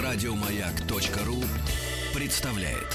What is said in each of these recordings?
Радиомаяк.ру представляет.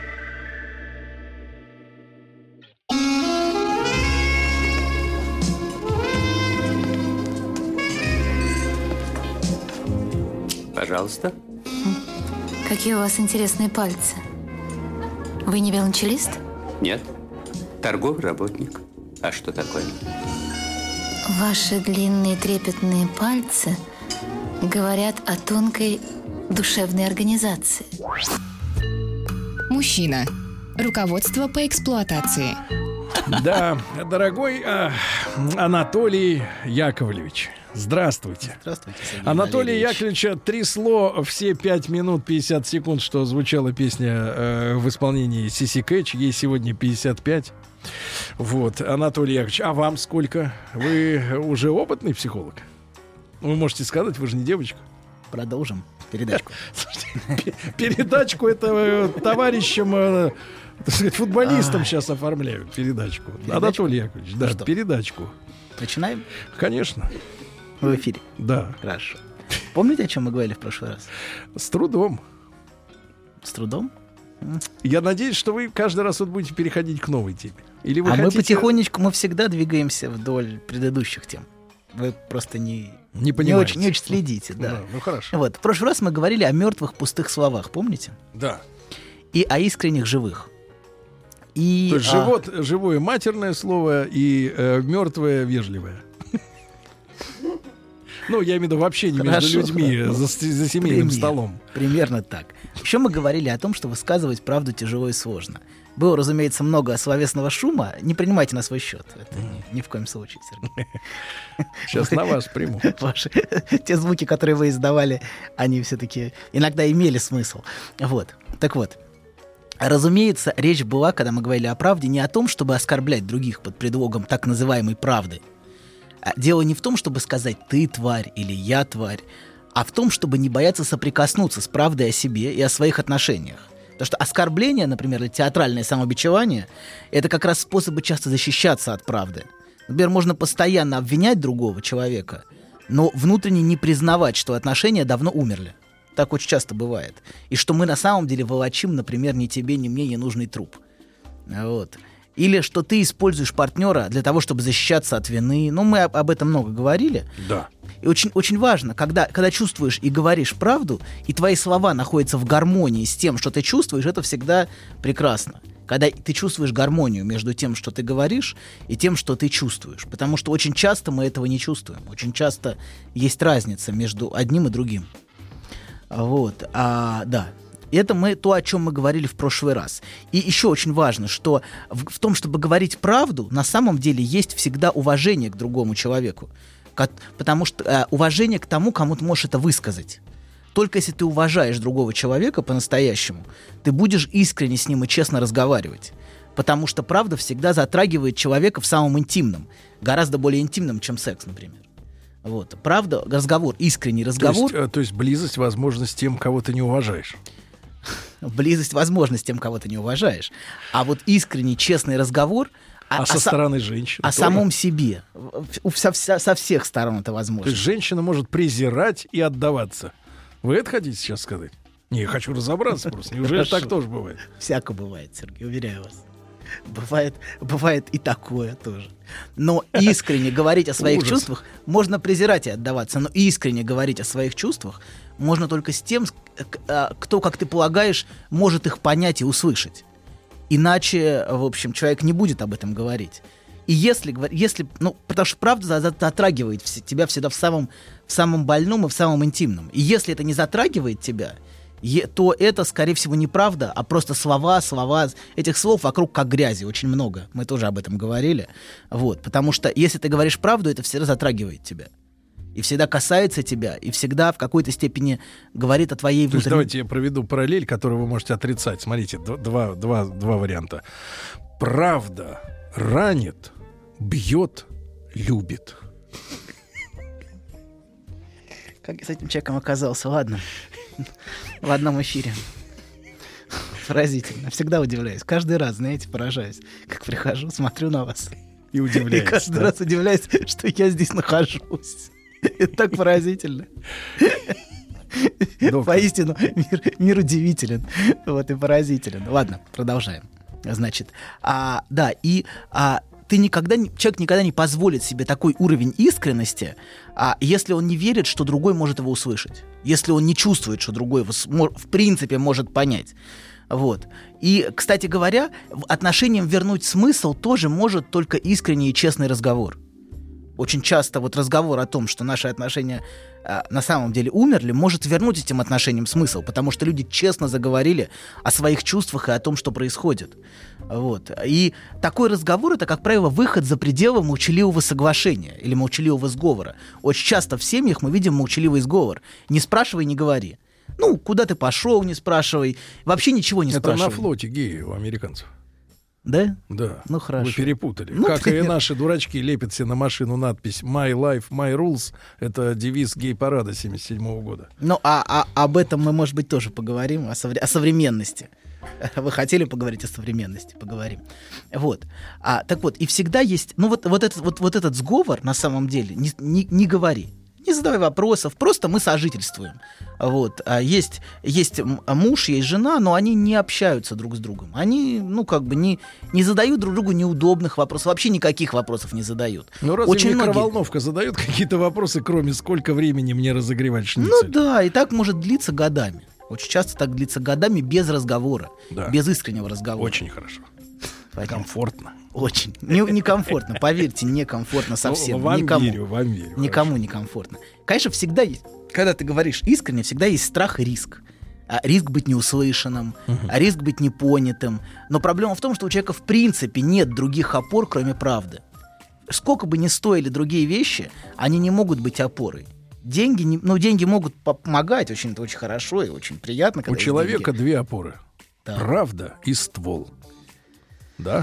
Пожалуйста. Какие у вас интересные пальцы. Вы не велончелист? Нет. Торговый работник. А что такое? Ваши длинные трепетные пальцы говорят о тонкой душевной организации. Мужчина. Руководство по эксплуатации. Да, дорогой Анатолий Яковлевич, здравствуйте. Здравствуйте, Сергей Анатолия Валерьевич. Яковлевича трясло все 5 минут 50 секунд, что звучала песня в исполнении Сиси Кэтч. Ей сегодня 55. Вот, Анатолий Яковлевич, а вам сколько? Вы уже опытный психолог? Вы можете сказать, вы же не девочка. Продолжим передачку. Слушайте, передачку это товарищам, так сказать, футболистам сейчас оформляют передачку. Анатолий Яковлевич, да, что? передачку. Начинаем? Конечно, Вы в эфире. да. Хорошо. Помните, о чем мы говорили в прошлый раз? С трудом. С трудом? Я надеюсь, что вы каждый раз вот будете переходить к новой теме. Или вы Мы хотите... потихонечку, мы всегда двигаемся вдоль предыдущих тем. Вы просто не понимаете. не очень следите, да. Ну хорошо. Вот, в прошлый раз мы говорили о мертвых пустых словах, помните? Да. И о искренних живых. И, То есть живое матерное слово и мертвое вежливое. Ну, я имею в виду вообще не между Хорошо, людьми хорошо. за семейным столом. Примерно так. Еще мы говорили о том, что высказывать правду тяжело и сложно. Было, разумеется, много словесного шума. Не принимайте на свой счет. Это ни в коем случае, Сергей. Сейчас на вас приму. Те звуки, которые вы издавали, они все-таки иногда имели смысл. Вот. Так вот. Разумеется, речь была, когда мы говорили о правде, не о том, чтобы оскорблять других под предлогом так называемой правды. Дело не в том, чтобы сказать «ты тварь» или «я тварь», а в том, чтобы не бояться соприкоснуться с правдой о себе и о своих отношениях. Потому что оскорбление, например, или театральное самобичевание — это как раз способы часто защищаться от правды. Например, можно постоянно обвинять другого человека, но внутренне не признавать, что отношения давно умерли. Так очень часто бывает. И что мы на самом деле волочим, например, ни тебе, ни мне ненужный труп. Вот. Или что ты используешь партнера для того, чтобы защищаться от вины. Ну, мы об этом много говорили. Да. И очень, очень важно, когда чувствуешь и говоришь правду, и твои слова находятся в гармонии с тем, что ты чувствуешь, это всегда прекрасно. Когда ты чувствуешь гармонию между тем, что ты говоришь, и тем, что ты чувствуешь. Потому что очень часто мы этого не чувствуем. Очень часто есть разница между одним и другим. Вот, да. Это то, о чем мы говорили в прошлый раз. И еще очень важно, что в том, чтобы говорить правду, на самом деле есть всегда уважение к другому человеку. Потому что уважение к тому, кому ты можешь это высказать. Только если ты уважаешь другого человека по-настоящему, ты будешь искренне с ним и честно разговаривать. Потому что правда всегда затрагивает человека в самом интимном. Гораздо более интимном, чем секс, например. Вот. Правда, разговор, искренний разговор. То есть близость, возможность тем, кого ты не уважаешь. Близость, возможность тем, кого ты не уважаешь. А вот искренний, честный разговор со стороны женщины. О самом себе. Со всех сторон это возможно. То есть женщина может презирать и отдаваться. Вы это хотите сейчас сказать? Не, я хочу разобраться просто. Неужели так тоже бывает? Всяко бывает, Сергей, уверяю вас. Бывает и такое тоже. Но искренне говорить о своих чувствах можно презирать и отдаваться, но искренне говорить о своих чувствах можно только с тем, кто, как ты полагаешь, может их понять и услышать. Иначе, в общем, человек не будет об этом говорить. И если потому что правда затрагивает тебя всегда в самом больном и в самом интимном. И если это не затрагивает тебя, то это, скорее всего, не правда, а просто слова. Этих слов вокруг как грязи очень много. Мы тоже об этом говорили. Вот. Потому что если ты говоришь правду, это всегда затрагивает тебя. И всегда касается тебя, и всегда в какой-то степени говорит о твоей внутренней... То есть давайте я проведу параллель, которую вы можете отрицать. Смотрите, два варианта. Правда ранит, бьет, любит. Как я с этим человеком оказался? Ладно. В одном эфире. Поразительно. Всегда удивляюсь. Каждый раз, знаете, поражаюсь. Как прихожу, смотрю на вас. И удивляюсь. И каждый раз удивляюсь, что я здесь нахожусь. Это так поразительно. Поистину, мир удивителен, вот, и поразителен. Ладно, продолжаем. Значит, человек никогда не позволит себе такой уровень искренности, если он не верит, что другой может его услышать, если он не чувствует, что другой его в принципе может понять. Вот. И, кстати говоря, отношениям вернуть смысл тоже может только искренний и честный разговор. Очень часто вот разговор о том, что наши отношения на самом деле умерли, может вернуть этим отношениям смысл, потому что люди честно заговорили о своих чувствах и о том, что происходит. Вот. И такой разговор — это, как правило, выход за пределы молчаливого соглашения или молчаливого сговора. Очень часто в семьях мы видим молчаливый сговор. Не спрашивай, не говори. Ну, куда ты пошел, не спрашивай. Вообще ничего не спрашивай. Это на флоте геи у американцев. Да? Да. Ну, хорошо. Вы перепутали. Ну, как и наши дурачки лепят себе на машину надпись «My life, my rules». Это девиз гей-парада 1977 года. Ну, об этом мы, может быть, тоже поговорим, о современности. Вы хотели поговорить о современности? Поговорим. Вот. Так вот, и всегда есть... Ну, вот этот сговор, на самом деле, не говори. Не задавай вопросов, просто мы сожительствуем. Вот. Есть муж, есть жена, но они не общаются друг с другом. Они, не задают друг другу неудобных вопросов, вообще никаких вопросов не задают. Ну, разве микроволновка задает какие-то вопросы, кроме сколько времени мне разогревать шницель? Ну да, и так может длиться годами. Очень часто так длится годами без разговора, без искреннего разговора. Очень хорошо. Комфортно. Очень. Некомфортно, поверьте, некомфортно совсем. Вам никому. верю. Никому не комфортно. Конечно, всегда есть, когда ты говоришь искренне, всегда есть страх и риск. Риск быть неуслышанным, риск быть непонятым. Но проблема в том, что у человека в принципе нет других опор, кроме правды. Сколько бы ни стоили другие вещи, они не могут быть опорой. Деньги могут помогать, это очень хорошо и очень приятно. У человека две опоры. Да. Правда и ствол. Да?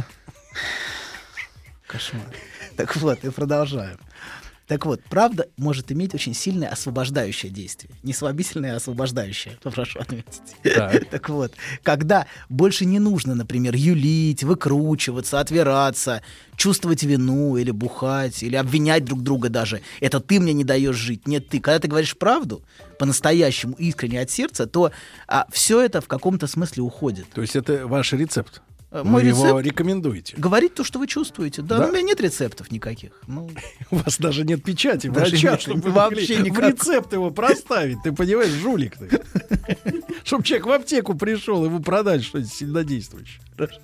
Кошмар. Так вот, и продолжаем. Так вот, правда может иметь очень сильное освобождающее действие. Не слабительное, а освобождающее. Прошу отметить. Так вот, когда больше не нужно, например, юлить, выкручиваться, отвираться, чувствовать вину или бухать, или обвинять друг друга даже. Это ты мне не даешь жить, нет ты. Когда ты говоришь правду, по-настоящему, искренне от сердца, то все это в каком-то смысле уходит. То есть это ваш рецепт? Мой вы рецепт его рекомендуете? Говорить то, что вы чувствуете. Да? У меня нет рецептов никаких. У вас даже нет печати чтобы вы вообще могли в рецепт его проставить. Ты понимаешь, жулик ты. Чтобы человек в аптеку пришел, ему продать что-нибудь сильнодействующее.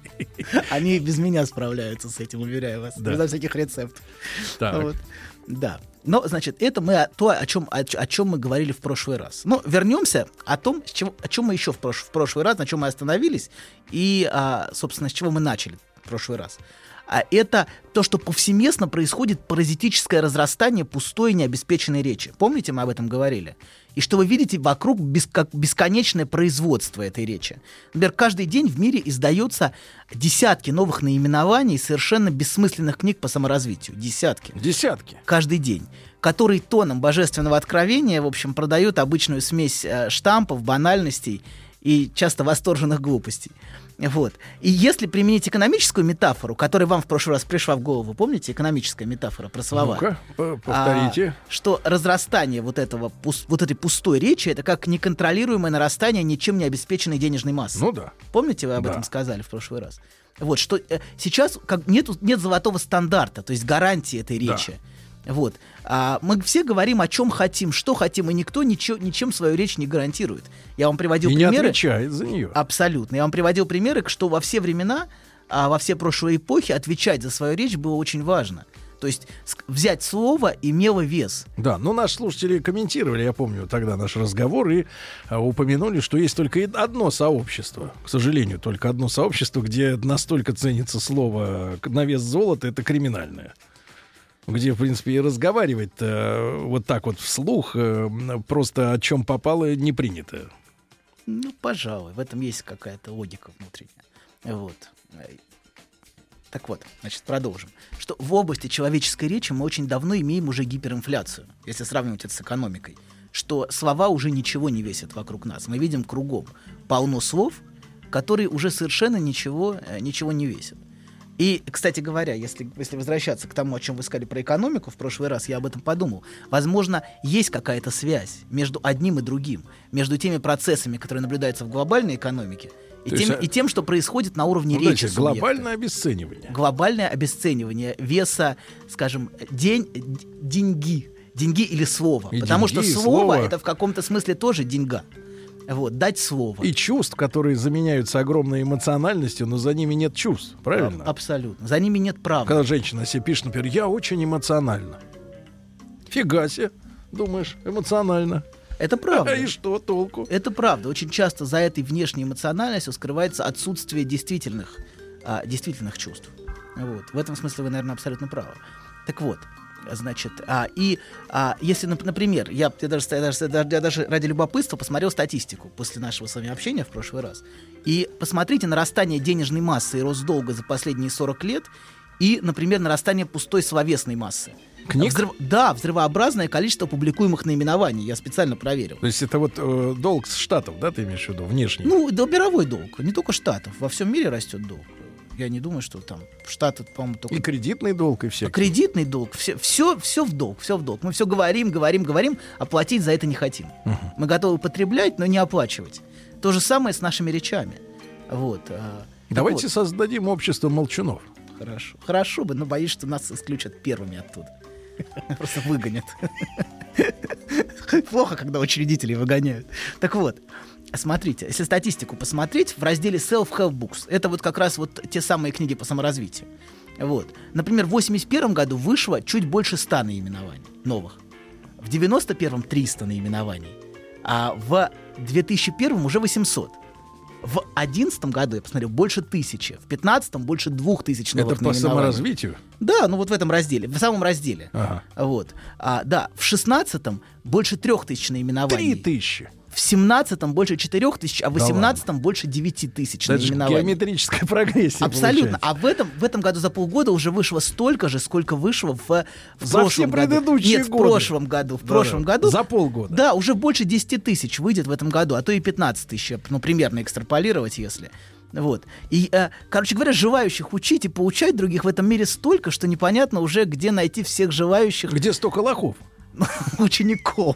Они без меня справляются с этим, уверяю вас. Безо всяких рецептов. Вот. Да. Но, значит, это о чем мы говорили в прошлый раз. Но вернемся о том, о чем мы еще в прошлый раз, на чем мы остановились, и, собственно, с чего мы начали в прошлый раз. Это то, что повсеместно происходит паразитическое разрастание пустой необеспеченной речи. Помните, мы об этом говорили? И что вы видите вокруг бесконечное производство этой речи. Например, каждый день в мире издается десятки новых наименований совершенно бессмысленных книг по саморазвитию. Десятки. Каждый день. Которые тоном божественного откровения, в общем, продают обычную смесь штампов, банальностей и часто восторженных глупостей. Вот. И если применить экономическую метафору, которая вам в прошлый раз пришла в голову, помните, экономическая метафора про слова? Ну-ка, повторите. Что разрастание вот этой пустой речи — это как неконтролируемое нарастание ничем не обеспеченной денежной массы. Ну да. Помните, вы об этом сказали в прошлый раз? Вот, что сейчас нет золотого стандарта, то есть гарантии этой речи. Да. Вот. Мы все говорим, о чем хотим, что хотим, и никто ничем свою речь не гарантирует. Я вам приводил примеры. И не отвечает за нее. Абсолютно. Я вам приводил примеры, что во все времена, во все прошлые эпохи отвечать за свою речь было очень важно. То есть взять слово имело вес. Да, но наши слушатели комментировали, я помню тогда наш разговор, и упомянули, что есть только одно сообщество, к сожалению, только одно сообщество, где настолько ценится слово на вес золота, это криминальное. Где, в принципе, и разговаривать вот так вот вслух просто о чем попало не принято. Ну, пожалуй, в этом есть какая-то логика внутренняя. Вот. Так вот, значит, продолжим. Что в области человеческой речи мы очень давно имеем уже гиперинфляцию, если сравнивать это с экономикой. Что слова уже ничего не весят вокруг нас. Мы видим кругом полно слов, которые уже совершенно ничего не весят. И, кстати говоря, если возвращаться к тому, о чем вы сказали про экономику в прошлый раз, я об этом подумал. Возможно, есть какая-то связь между одним и другим, между теми процессами, которые наблюдаются в глобальной экономике, и тем, что происходит на уровне речи субъекта. Глобальное обесценивание. Глобальное обесценивание веса, скажем, деньги или слова. Потому что слово — это в каком-то смысле тоже деньга. Вот, дать слово. И чувств, которые заменяются огромной эмоциональностью, но за ними нет чувств, правильно? Абсолютно. За ними нет правды. Когда женщина себе пишет, например, я очень эмоциональна. Фига себе, думаешь, эмоционально. Это правда. И что толку? Это правда. Очень часто за этой внешней эмоциональностью скрывается отсутствие действительных чувств. Вот. В этом смысле вы, наверное, абсолютно правы. Так вот, значит, если, например, я даже ради любопытства посмотрел статистику после нашего с вами общения в прошлый раз, и посмотрите нарастание денежной массы и рост долга за последние 40 лет и, например, нарастание пустой словесной массы. Книг? Взрывообразное количество публикуемых наименований. Я специально проверил. То есть это вот долг с Штатов, да, ты имеешь в виду, внешний? Ну, да, мировой долг, не только Штатов. Во всем мире растет долг. Я не думаю, что там Штаты, по-моему, только... И кредитный долг, и всякий. Кредитный долг, все в долг. Мы все говорим, а платить за это не хотим. Мы готовы потреблять, но не оплачивать. То же самое с нашими речами. Вот. Давайте создадим общество молчунов. Хорошо бы, но боюсь, что нас исключат первыми оттуда. Просто выгонят. Плохо, когда учредителей выгоняют. Так вот, смотрите, если статистику посмотреть, в разделе Self-Help Books, это вот как раз вот те самые книги по саморазвитию. Вот. Например, в 1981 году вышло чуть больше 100 наименований новых. В 1991 300 наименований. А в 2001 уже 800. В 2011 году, я посмотрел, больше 1000. В 2015 больше 2000 новых наименований. Это по саморазвитию? Да, ну вот в этом разделе, в самом разделе. Ага. Вот. Да, в 2016 больше 3000 наименований. 3000. В 17-м больше 4000, а в 18-м больше 9000 наименований. Это геометрическая прогрессия. Абсолютно. А в этом году за полгода уже вышло столько же, сколько вышло в за все предыдущие годы. В прошлом году. В прошлом году. За полгода. Да, уже больше 10 тысяч выйдет в этом году, а то и 15 тысяч, ну, примерно экстраполировать, если. Вот. И, короче говоря, желающих учить и поучать других в этом мире столько, что непонятно уже, где найти всех желающих. Где столько лохов? Учеников.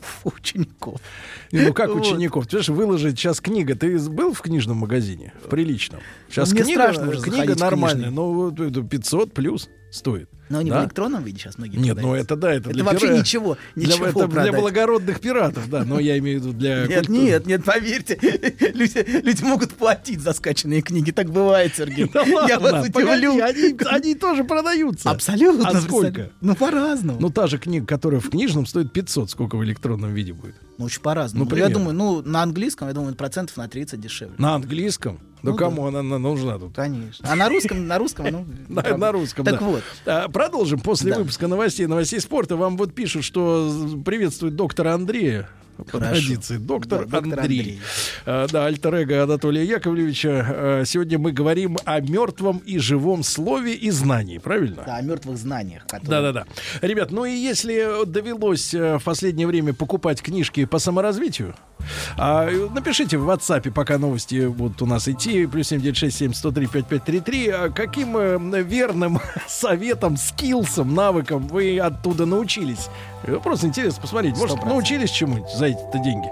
Ну как учеников? Ты же выложить сейчас книга. Ты был в книжном магазине? В приличном? Сейчас книга нормальная, но 500 плюс стоит. Но они в электронном виде сейчас многие продаются. Нет, ну это да, это для вообще ничего для благородных пиратов, да, но я имею в виду для Нет, поверьте, люди могут платить за скачанные книги, так бывает, Сергей. Я вас удивлю. Они тоже продаются. Абсолютно. А сколько? Ну, по-разному. Ну, та же книга, которая в книжном стоит 500, сколько в электронном виде будет? Ну, очень по-разному. Я думаю, на английском, я думаю, процентов на 30 дешевле. На английском? Да кому она нужна тут? Конечно. А на русском, на русском, так вот. Продолжим после выпуска новостей спорта. Вам вот пишут, что приветствует доктора Андрея. По традиции. Доктор Андрей. Да, альтер-эго Анатолия Яковлевича. Сегодня мы говорим о мертвом и живом слове и знании. Правильно? Да, о мертвых знаниях. Да. Ребят, ну и если довелось в последнее время покупать книжки по саморазвитию, напишите в WhatsApp, пока новости будут у нас идти. +7 967 103 5533. Каким верным советом, скиллсом, навыком вы оттуда научились? Просто интересно посмотреть. Может, 100%. Научились чему-нибудь за эти-то деньги?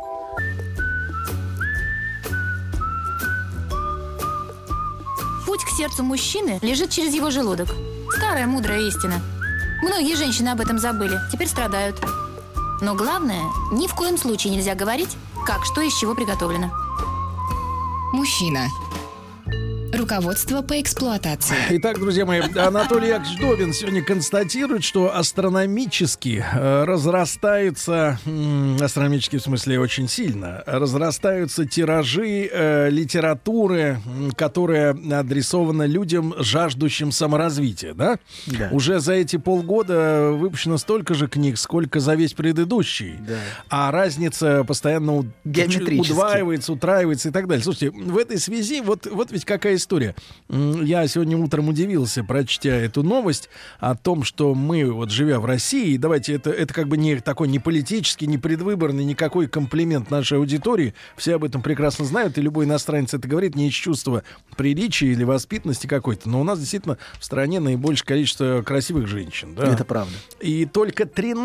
Путь к сердцу мужчины лежит через его желудок. Старая мудрая истина. Многие женщины об этом забыли, теперь страдают. Но главное, ни в коем случае нельзя говорить, как, что, из чего приготовлено. Мужчина. Руководство по эксплуатации. Итак, друзья мои, Анатолий Яковлевич Добин сегодня констатирует, что астрономически разрастаются, астрономически в смысле очень сильно, разрастаются тиражи литературы, которая адресована людям, жаждущим саморазвития, да? Да. Уже за эти полгода выпущено столько же книг, сколько за весь предыдущий. Да. А разница постоянно удваивается, утраивается и так далее. Слушайте, в этой связи вот ведь какая история. аудитория. Я сегодня утром удивился, прочтя эту новость о том, что мы, вот живя в России, давайте, это как бы не такой не политический, не предвыборный, никакой комплимент нашей аудитории. Все об этом прекрасно знают, и любой иностранец это говорит не из чувства приличия или воспитанности какой-то. Но у нас действительно в стране наибольшее количество красивых женщин. Да? Это правда. И только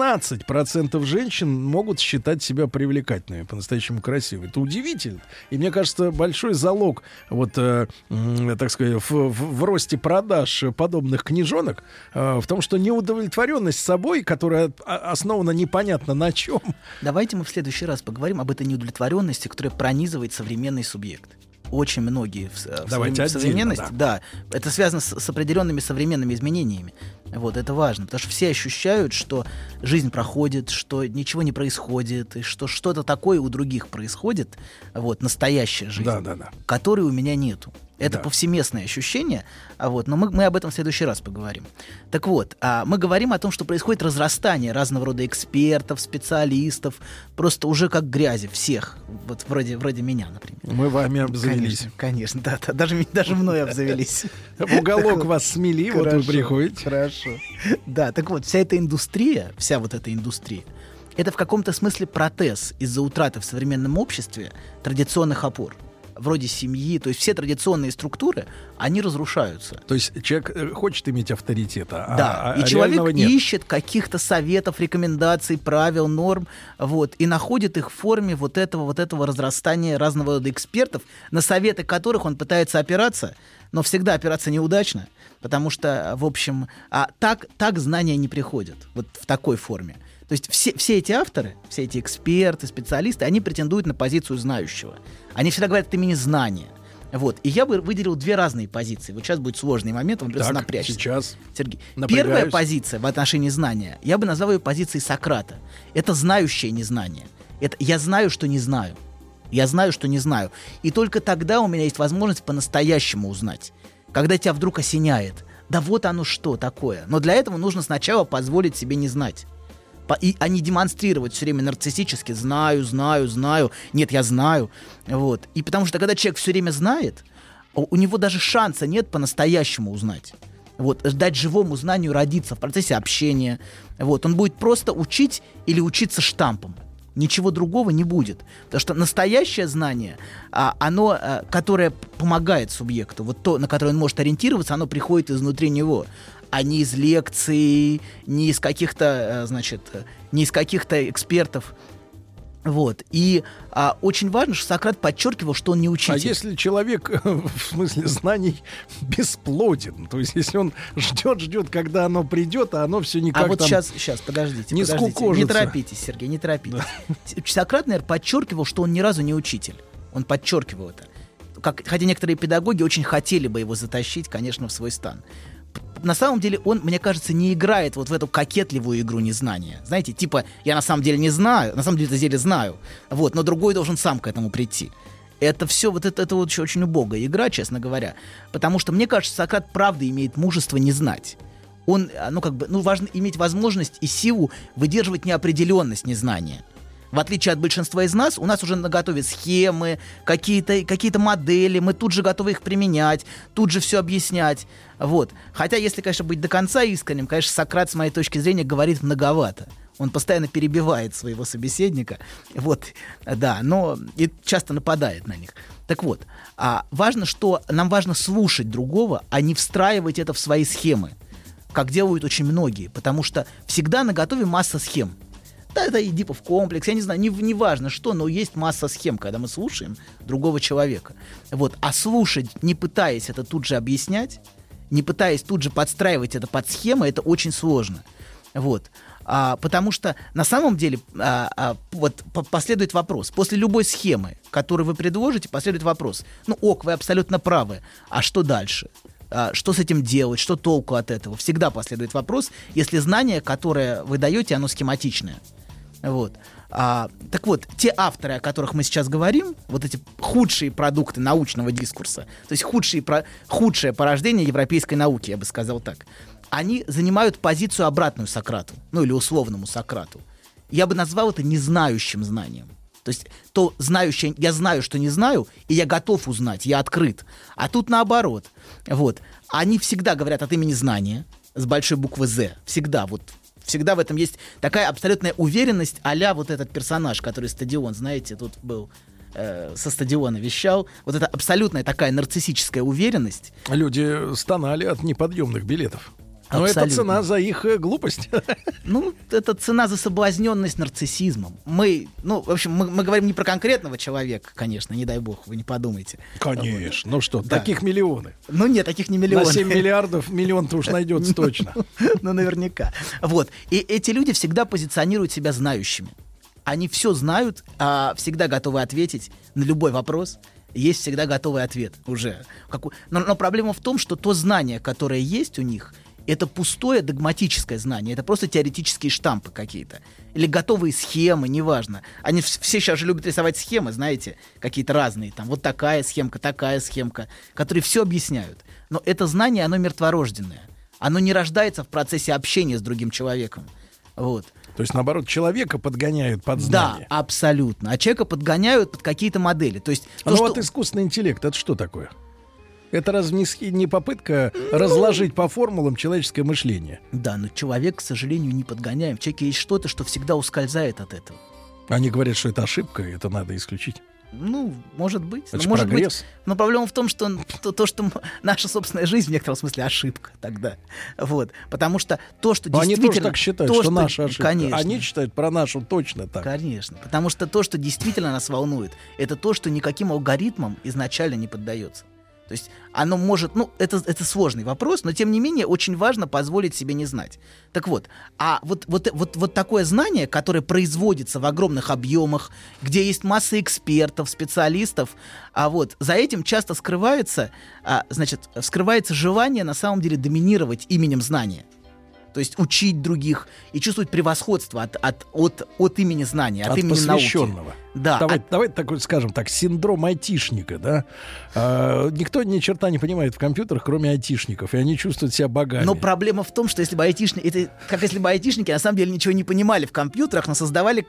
13% женщин могут считать себя привлекательными, по-настоящему красивыми. Это удивительно. И мне кажется, большой залог, вот, так сказать, в росте продаж подобных книжонок в том, что неудовлетворенность собой, которая основана непонятно на чем. Давайте мы в следующий раз поговорим об этой неудовлетворенности, которая пронизывает современный субъект. Очень многие в современности, да, это связано с определенными современными изменениями. Вот, это важно, потому что все ощущают, что жизнь проходит, что ничего не происходит, и что что-то такое у других происходит, вот, настоящая жизнь, которой у меня нету. Это повсеместное ощущение, вот, но мы об этом в следующий раз поговорим. Так вот, мы говорим о том, что происходит разрастание разного рода экспертов, специалистов, просто уже как грязи всех, вот вроде меня, например. Мы вами обзавелись. Конечно, да, даже мной обзавелись. В уголок вас смели, вот вы приходите. Хорошо. Да, так вот, вся вот эта индустрия, это в каком-то смысле протез из-за утраты в современном обществе традиционных опор. Вроде семьи, то есть все традиционные структуры, они разрушаются. То есть человек хочет иметь авторитет, и человек ищет каких-то советов, рекомендаций, правил, норм, вот, и находит их в форме вот этого разрастания разного рода экспертов, на советы которых он пытается опираться, но всегда опираться неудачно, потому что, в общем, так знания не приходят, вот в такой форме. То есть все эти авторы, все эти эксперты, специалисты, они претендуют на позицию знающего. Они всегда говорят от имени знания. Вот. И я бы выделил две разные позиции. Вот сейчас будет сложный момент, вам придется напрячься. Сейчас. Сергей. Первая позиция в отношении знания, я бы назвал ее позицией Сократа. Это знающее незнание. Это я знаю, что не знаю. Я знаю, что не знаю. И только тогда у меня есть возможность по-настоящему узнать. Когда тебя вдруг осеняет. Да вот оно что такое. Но для этого нужно сначала позволить себе не знать. А не демонстрировать все время нарциссически знаю. Нет, я знаю. Вот. И потому что когда человек все время знает, у него даже шанса нет по-настоящему узнать. Вот. Дать живому знанию родиться в процессе общения. Вот. Он будет просто учить или учиться штампом. Ничего другого не будет. Потому что настоящее знание, оно, которое помогает субъекту, вот то, на которое он может ориентироваться, оно приходит изнутри него. А не из лекций, не из каких-то экспертов. Вот. И очень важно, что Сократ подчеркивал, что он не учитель. А если человек, в смысле знаний, бесплоден, то есть если он ждет, когда оно придет, а оно все никак вот там... сейчас, подождите. Скукожится. Не торопитесь, Сергей, не торопитесь. Да. Сократ, наверное, подчеркивал, что он ни разу не учитель. Он подчеркивал это. Хотя некоторые педагоги очень хотели бы его затащить, конечно, в свой стан. На самом деле он, мне кажется, не играет вот в эту кокетливую игру незнания. Знаете, типа, я на самом деле не знаю, на самом деле это зелье знаю, вот, но другой должен сам к этому прийти. Это все, вот это вот очень убогая игра, честно говоря. Потому что, мне кажется, Сократ правда имеет мужество не знать. Важно иметь возможность и силу выдерживать неопределенность незнания. В отличие от большинства из нас, у нас уже наготове схемы, какие-то модели, мы тут же готовы их применять, тут же все объяснять. Вот. Хотя, если, конечно, быть до конца искренним, конечно, Сократ, с моей точки зрения, говорит многовато. Он постоянно перебивает своего собеседника, вот, да, но и часто нападает на них. Так вот, нам важно слушать другого, а не встраивать это в свои схемы, как делают очень многие, потому что всегда наготове масса схем. Да, это Эдипов комплекс, я не знаю, не важно что, но есть масса схем, когда мы слушаем другого человека. Вот. А слушать, не пытаясь это тут же объяснять, не пытаясь тут же подстраивать это под схемы, это очень сложно. Вот. Потому что на самом деле последует вопрос. После любой схемы, которую вы предложите, последует вопрос. Вы абсолютно правы. А что дальше? Что с этим делать? Что толку от этого? Всегда последует вопрос, если знание, которое вы даете, оно схематичное. Вот. Так вот, те авторы, о которых мы сейчас говорим, вот эти худшие продукты научного дискурса, то есть худшее порождение европейской науки, я бы сказал так, они занимают позицию обратную Сократу, или условному Сократу. Я бы назвал это незнающим знанием. То есть то знающее, я знаю, что не знаю, и я готов узнать, я открыт. А тут наоборот. Вот. Они всегда говорят от имени знания, с большой буквы «З». Всегда. Вот. Всегда в этом есть такая абсолютная уверенность, а-ля вот этот персонаж, который стадион, знаете, тут был... со стадиона вещал. Вот это абсолютная такая нарциссическая уверенность. Люди стонали от неподъемных билетов. Но Абсолютно. это цена за их глупость. Ну, это цена за соблазненность нарциссизмом. Мы говорим не про конкретного человека, конечно, не дай бог, вы не подумайте. Конечно. Ну что, Да. таких миллионы. Ну нет, таких не На миллионы. 7 миллиардов миллион-то уж найдется точно. Ну, наверняка. Вот. И эти люди всегда позиционируют себя знающими. Они все знают, всегда готовы ответить на любой вопрос. Есть всегда готовый ответ уже. Но проблема в том, что то знание, которое есть у них, это пустое догматическое знание. Это просто теоретические штампы какие-то. Или готовые схемы, неважно. Они все сейчас же любят рисовать схемы, знаете, какие-то разные. Там вот такая схемка, которые все объясняют. Но это знание, оно мертворожденное. Оно не рождается в процессе общения с другим человеком. Вот. То есть, наоборот, человека подгоняют под знание. Да, абсолютно. А человека подгоняют под какие-то модели. То есть, Ну вот искусственный интеллект, это что такое? Это разве не попытка разложить по формулам человеческое мышление? Да, но человек, к сожалению, не подгоняем. В человеке есть что-то, что всегда ускользает от этого. Они говорят, что это ошибка, и это надо исключить. Ну, может быть. Это же может прогресс. быть. Но проблема в том, что что наша собственная жизнь в некотором смысле ошибка тогда. Вот. Потому что то, что Но они действительно... тоже так считают, то, что наша ошибка. Конечно. Они считают про нашу точно так. Конечно. Потому что то, что действительно нас волнует, это то, что никаким алгоритмам изначально не поддается. То есть оно может... Ну, это сложный вопрос, но тем не менее очень важно позволить себе не знать. Так вот, вот такое знание, которое производится в огромных объемах, где есть масса экспертов, специалистов, за этим часто скрывается желание на самом деле доминировать именем знания. То есть учить других и чувствовать превосходство от имени знания, от имени посвященного. науки. Да. Давайте такой, скажем так, синдром айтишника, да? Никто ни черта не понимает в компьютерах, кроме айтишников, и они чувствуют себя богами. Но проблема в том, что если бы айтишники на самом деле ничего не понимали в компьютерах, но создавали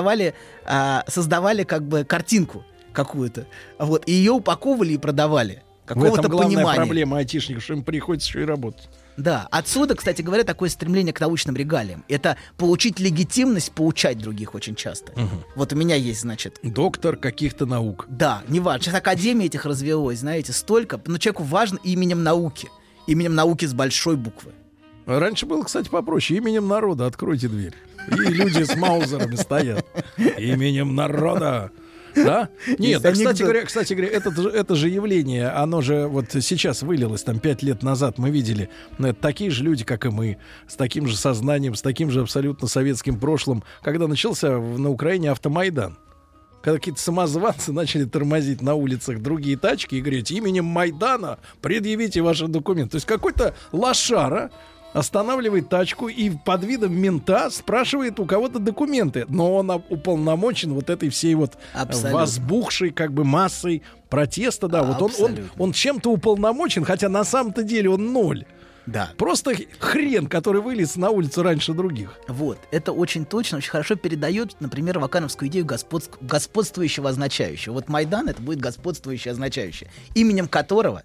как бы картинку какую-то, и ее упаковывали и продавали. В этом главная понимания. проблема айтишников, что им приходится еще и работать. Да, отсюда, кстати говоря, такое стремление к научным регалиям. Это получить легитимность поучать других очень часто. Вот у меня есть, доктор каких-то наук. Да, неважно. Сейчас академия этих развелось, знаете, столько. Но человеку важно именем науки. Именем науки с большой буквы. Раньше было, кстати, попроще. Именем народа откройте дверь. И люди с маузерами стоят. Именем народа. Да? Нет, да, кстати говоря, это же явление, оно же вот сейчас вылилось, 5 лет назад мы видели, такие же люди, как и мы, с таким же сознанием, с таким же абсолютно советским прошлым, когда начался на Украине автомайдан. Когда какие-то самозванцы начали тормозить на улицах другие тачки и говорить: именем Майдана предъявите ваши документы. То есть какой-то лошара останавливает тачку и под видом мента спрашивает у кого-то документы. Но он уполномочен вот этой всей возбухшей как бы массой протеста. Да, вот он чем-то уполномочен, хотя на самом-то деле он ноль. Да. Просто хрен, который вылез на улицу раньше других. Вот, это очень точно, очень хорошо передает, например, вакановскую идею господствующего означающего. Вот Майдан — это будет господствующее означающее, именем которого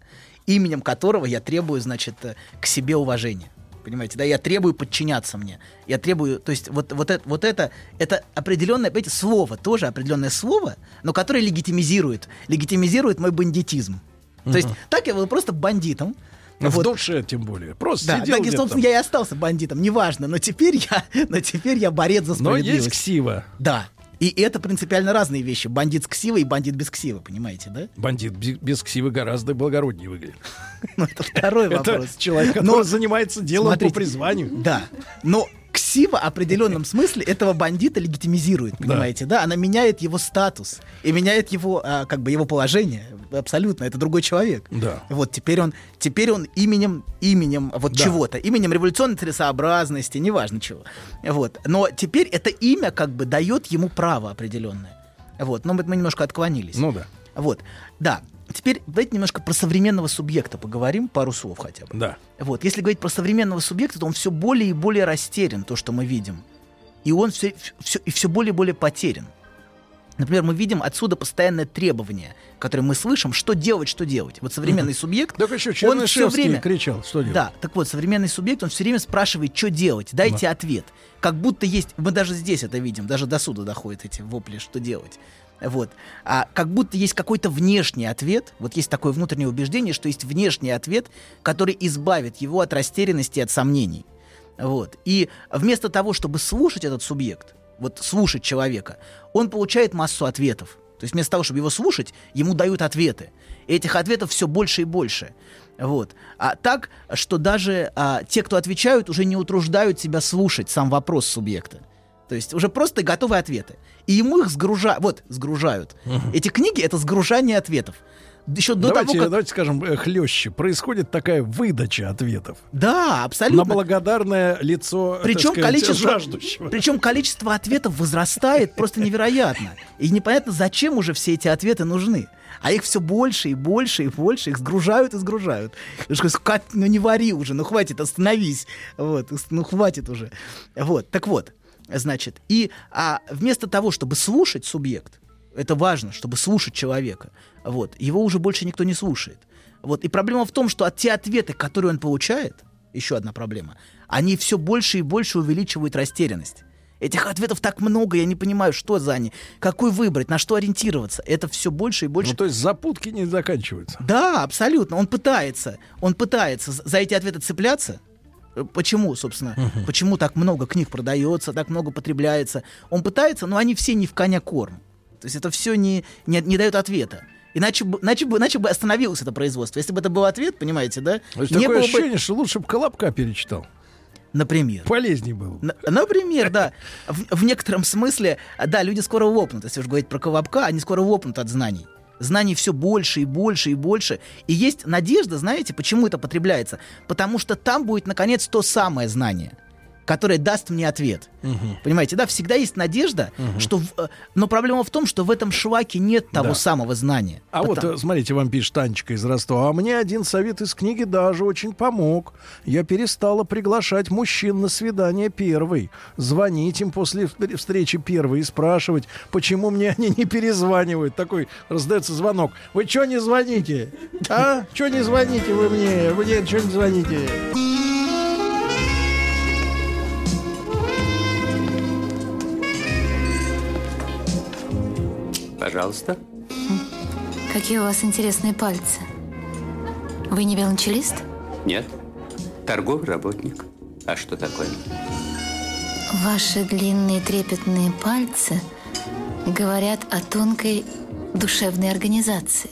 я требую, к себе уважения. Понимаете, да, я требую подчиняться мне. Я требую, то есть вот это определенное, понимаете, слово, тоже определенное слово, но которое легитимизирует мой бандитизм. То есть так я был просто бандитом. В душе, тем более. Просто сидел где-то. Собственно, я и остался бандитом, неважно, но теперь я борец за справедливость. Но есть ксива. Да. И это принципиально разные вещи. Бандит с ксивой и бандит без ксивы, понимаете, да? Бандит без ксивы гораздо благороднее выглядит. Ну, это второй вопрос. Это человек, который занимается делом по призванию. Да, но ксива в определенном смысле этого бандита легитимизирует, понимаете, да? Она меняет его статус и меняет его, его положение. Абсолютно, это другой человек. Да. Вот теперь он именем чего-то, именем революционной целесообразности, неважно чего. Вот. Но теперь это имя дает ему право определенное. Вот. Но мы немножко отклонились. Ну да. Вот. Да. Теперь давайте немножко про современного субъекта поговорим, пару слов хотя бы. Да. Вот. Если говорить про современного субъекта, то он все более и более растерян, то, что мы видим. И он все более и более потерян. Например, мы видим отсюда постоянное требование, которое мы слышим, что делать, что делать. Вот современный субъект, Так еще он все Чернышевский время кричал, что делать? Да, так вот, современный субъект, он все время спрашивает, что делать, дайте ответ. Как будто есть, мы даже здесь это видим, даже до суда доходят эти вопли, что делать. Вот. А как будто есть какой-то внешний ответ, вот есть такое внутреннее убеждение, что есть внешний ответ, который избавит его от растерянности и от сомнений. Вот. И вместо того, чтобы слушать этот субъект, вот слушать человека, он получает массу ответов. То есть вместо того, чтобы его слушать, ему дают ответы. И этих ответов все больше и больше. Вот. А так, что даже те, кто отвечают, уже не утруждают себя слушать сам вопрос субъекта. То есть уже просто готовые ответы. И ему их сгружают. Эти книги — это сгружание ответов. Еще до того, как... Давайте скажем хлеще. Происходит такая выдача ответов. Да, абсолютно. На благодарное лицо, причем так сказать, жаждущего. Причем количество ответов возрастает просто невероятно. И непонятно, зачем уже все эти ответы нужны. А их все больше и больше и больше. Их сгружают и сгружают. Ну не вари уже, ну хватит, остановись. Вот, ну хватит уже. Вот, так вот, значит, вместо того, чтобы слушать субъект, это важно, чтобы слушать человека, вот, его уже больше никто не слушает. Вот, и проблема в том, что те ответы, которые он получает, еще одна проблема, они все больше и больше увеличивают растерянность. Этих ответов так много, я не понимаю, что за они, какой выбрать, на что ориентироваться. Это все больше и больше. Ну, то есть запутки не заканчиваются. Да, абсолютно. Он пытается за эти ответы цепляться. Почему, собственно, почему так много книг продается, так много потребляется? Он пытается, но они все не в коня корм. То есть это все не дает ответа. Иначе бы остановилось это производство. Если бы это был ответ, понимаете, да? То есть такое ощущение, что лучше бы Колобка перечитал. Например. Полезнее было бы. Например, да. В некотором смысле, да, люди скоро лопнут. Если уж говорить про Колобка, они скоро лопнут от знаний. Знаний все больше и больше и больше. И есть надежда, знаете, почему это потребляется? Потому что там будет, наконец, то самое знание, которое даст мне ответ. Понимаете, да, всегда есть надежда, что... Но проблема в том, что в этом шлаке нет того самого знания. Вот, смотрите, вам пишет Танечка из Ростова. А мне один совет из книги даже очень помог. Я перестала приглашать мужчин на свидание первой. Звонить им после встречи первой и спрашивать, почему мне они не перезванивают. Такой раздается звонок. Вы что не звоните? А? Что не звоните вы мне? Вы что не звоните? Пожалуйста. Какие у вас интересные пальцы. Вы не велончелист? Нет. Торговый работник. А что такое? Ваши длинные трепетные пальцы говорят о тонкой душевной организации.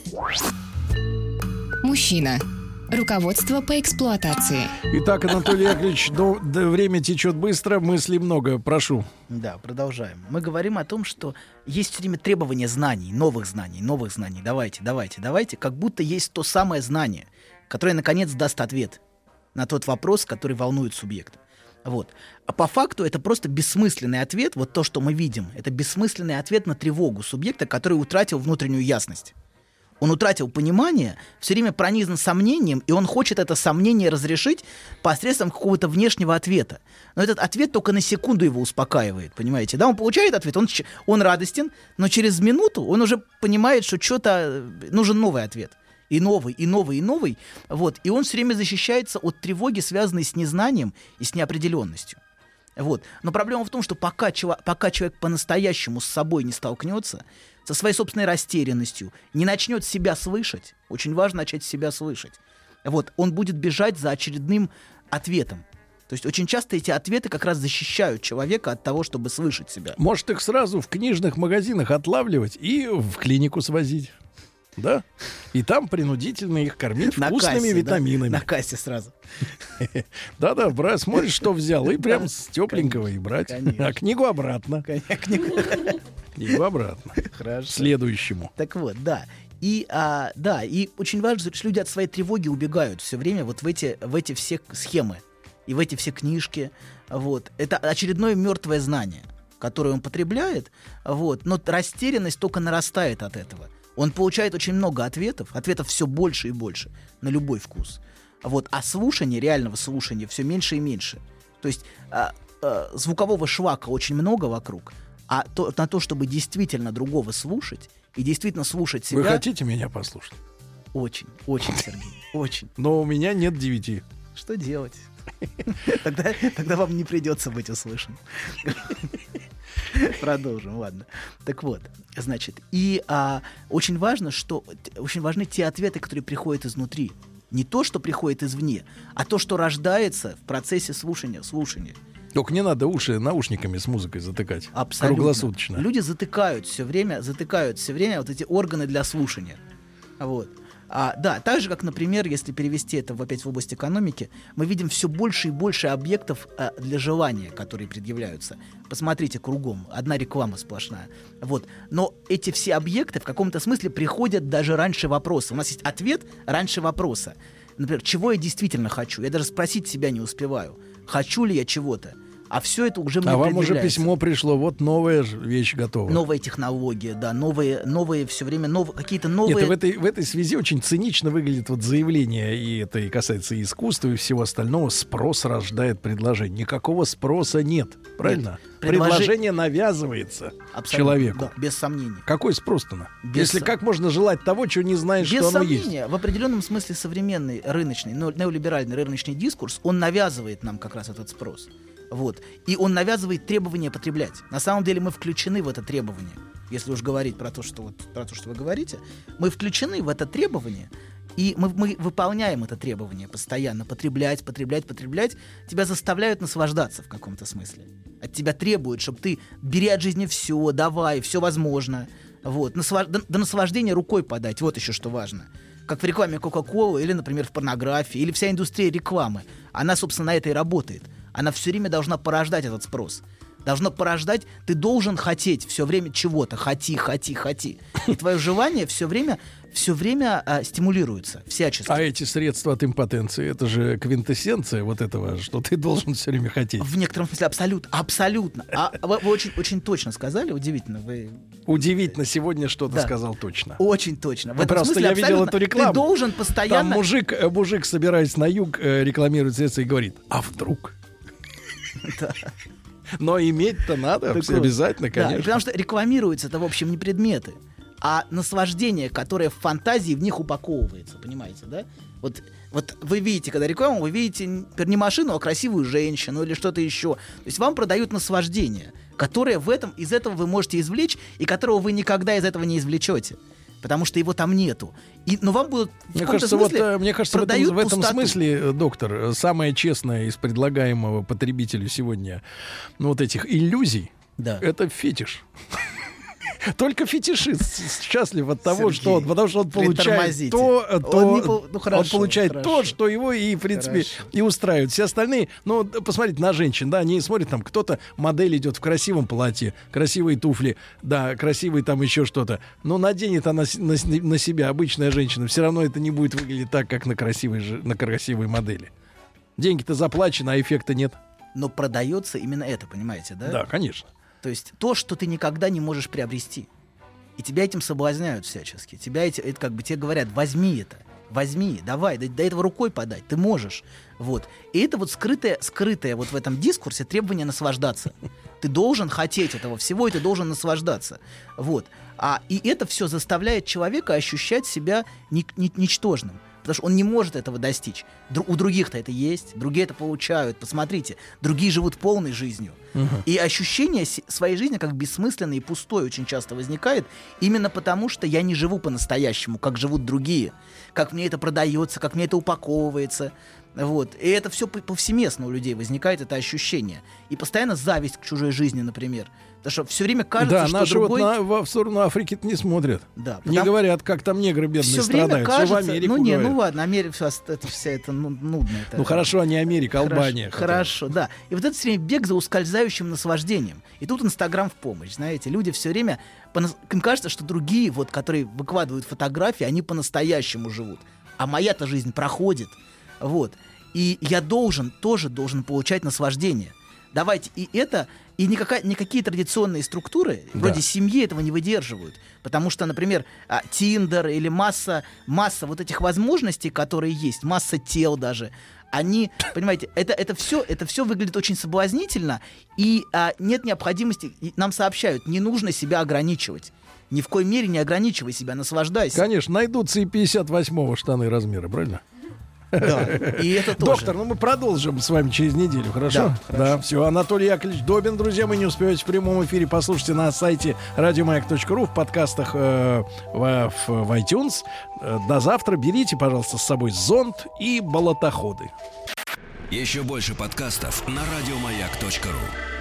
Мужчина. Руководство по эксплуатации. Итак, Анатолий Яковлевич, время течет быстро, мыслей много. Прошу. Да, продолжаем. Мы говорим о том, что есть все время требования знаний, новых знаний. Давайте. Как будто есть то самое знание, которое, наконец, даст ответ на тот вопрос, который волнует субъекта. Вот. А по факту это просто бессмысленный ответ. Вот то, что мы видим, это бессмысленный ответ на тревогу субъекта, который утратил внутреннюю ясность. Он утратил понимание, все время пронизан сомнением, и он хочет это сомнение разрешить посредством какого-то внешнего ответа. Но этот ответ только на секунду его успокаивает, понимаете? Да, он получает ответ, он радостен, но через минуту он уже понимает, что что-то нужен новый ответ. И новый. Вот. И он все время защищается от тревоги, связанной с незнанием и с неопределенностью. Вот. Но проблема в том, что пока человек по-настоящему с собой не столкнется, со своей собственной растерянностью, не начнет себя слышать, очень важно начать себя слышать, вот, он будет бежать за очередным ответом. То есть очень часто эти ответы как раз защищают человека от того, чтобы слышать себя. Может, их сразу в книжных магазинах отлавливать и в клинику свозить. Да? И там принудительно их кормить вкусными витаминами. На кассе сразу. Да-да, брать, смотришь, что взял, и прям с тепленького и брать. А книгу обратно. Книгу обратно. Хорошо. Следующему. Так вот, да. И очень важно, что люди от своей тревоги убегают все время вот в эти все схемы и в эти все книжки. Вот. Это очередное мертвое знание, которое он потребляет, вот, но растерянность только нарастает от этого. Он получает очень много ответов все больше и больше, на любой вкус. Вот. А слушание, реального слушания, все меньше и меньше. То есть звукового шлака очень много вокруг, А на то, чтобы действительно другого слушать и действительно слушать себя... Вы хотите меня послушать? Очень, очень, Сергей, очень. Но у меня нет 9. Что делать? Тогда вам не придется быть услышан. Продолжим, ладно. Так вот, значит, и очень важны те ответы, которые приходят изнутри. Не то, что приходит извне, а то, что рождается в процессе слушания. Только не надо уши наушниками с музыкой затыкать. Абсолютно. Круглосуточно. Люди затыкают все время вот эти органы для слушания. Вот. Да, так же, как, например, если перевести это опять в область экономики, мы видим все больше и больше объектов для желания, которые предъявляются. Посмотрите кругом, одна реклама сплошная. Вот. Но эти все объекты в каком-то смысле приходят даже раньше вопроса. У нас есть ответ раньше вопроса. Например, чего я действительно хочу? Я даже спросить себя не успеваю. Хочу ли я чего-то? А все это уже мне предъявляется. А вам уже письмо пришло, вот новая вещь готова. Новая технология, да, новые все время, какие-то новые... Нет, в этой связи очень цинично выглядит вот заявление, и это и касается и искусства, и всего остального. Спрос рождает предложение. Никакого спроса нет, правильно? Нет. Предложение навязывается человеку. Да, без сомнений. Какой спрос-то? Если как можно желать того, чего не знаешь, что оно есть? Без сомнения. В определенном смысле современный рыночный, неолиберальный рыночный дискурс, он навязывает нам как раз этот спрос. Вот. И он навязывает требование потреблять. На самом деле мы включены в это требование. Если уж говорить про то, что вы говорите, мы включены в это требование, и мы выполняем это требование постоянно. Потреблять. Тебя заставляют наслаждаться в каком-то смысле. От тебя требуют, чтобы ты бери от жизни все, давай, все возможно. Вот. До наслаждения рукой подать. Вот еще что важно. Как в рекламе Coca-Cola или, например, в порнографии, или вся индустрия рекламы. Она, собственно, на это и работает. Она все время должна порождать этот спрос. Должна порождать, ты должен хотеть все время чего-то. Хоти. И твое желание все время стимулируется всячески. А эти средства от импотенции, это же квинтэссенция вот этого, что ты должен все время хотеть. В некотором смысле абсолютно. Вы очень, очень точно сказали, удивительно. Удивительно, сегодня что-то сказал точно. Очень точно. В этом смысле я видел эту рекламу. Ты должен постоянно... Там мужик, собираясь на юг, рекламирует средства и говорит, а вдруг? Да. Но иметь-то надо обязательно, конечно. Да, потому что рекламируются это, в общем, не предметы, а наслаждение, которое в фантазии в них упаковывается, понимаете, да? Вот вы видите, когда рекламу, вы видите не машину, а красивую женщину или что-то еще. То есть вам продают наслаждение, которое из этого вы можете извлечь, и которого вы никогда из этого не извлечете. Потому что его там нету. Но вам будут мне кажется, в этом смысле, доктор, самое честное из предлагаемого потребителю сегодня вот этих иллюзий, это фетиш. Только фетишист счастлив от того, что потому что он получает то, что его и, в принципе, и устраивает. Все остальные, посмотрите на женщин, да, они смотрят, там кто-то, модель идет в красивом платье, красивые туфли, да, красивый там еще что-то. Но наденет она на себя, обычная женщина, все равно это не будет выглядеть так, как на красивой модели. Деньги-то заплачены, а эффекта нет. Но продается именно это, понимаете, да? Да, конечно. То есть то, что ты никогда не можешь приобрести. И тебя этим соблазняют всячески. Это как бы тебе говорят, возьми, давай, до этого рукой подать, ты можешь. Вот. И это вот скрытое вот в этом дискурсе требование наслаждаться. Ты должен хотеть этого всего, и ты должен наслаждаться. Вот. И это все заставляет человека ощущать себя ничтожным. Потому что он не может этого достичь. У других-то это есть, другие это получают. Посмотрите, другие живут полной жизнью. И ощущение своей жизни как бессмысленной и пустой очень часто возникает именно потому, что я не живу по-настоящему, как живут другие. Как мне это продается, как мне это упаковывается. Вот. И это все повсеместно у людей возникает, это ощущение. И постоянно зависть к чужой жизни, например. Потому что все время кажется, что другой... Да, наши в сторону Африки-то не смотрят. Да, не говорят, как там негры бедные страдают. Кажется, все в Америку говорят. Ладно, Америка, вся это нудно. Хорошо, не Америка, Албания. Хорошо, да. И вот это все время бег за ускользающим наслаждением. И тут Инстаграм в помощь, знаете. Люди все время... Им кажется, что другие, которые выкладывают фотографии, они по-настоящему живут. А моя-то жизнь проходит. Вот. И я тоже должен получать наслаждение. Давайте, и никакие традиционные структуры, вроде семьи, этого не выдерживают. Потому что, например, Тиндер или масса вот этих возможностей, которые есть, масса тел даже, они, понимаете, это все выглядит очень соблазнительно, и нет необходимости, нам сообщают, не нужно себя ограничивать. Ни в коей мере не ограничивай себя, наслаждайся. Конечно, найдутся и 58-го штаны размера, правильно? Да, и это тоже. Доктор, мы продолжим с вами через неделю, хорошо? Да, все. Анатолий Яковлевич Добин, друзья, вы не успеваете в прямом эфире, послушайте на сайте радиомаяк.ру, в подкастах в iTunes. До завтра. Берите, пожалуйста, с собой зонт и болотоходы. Еще больше подкастов на радиомаяк.ру.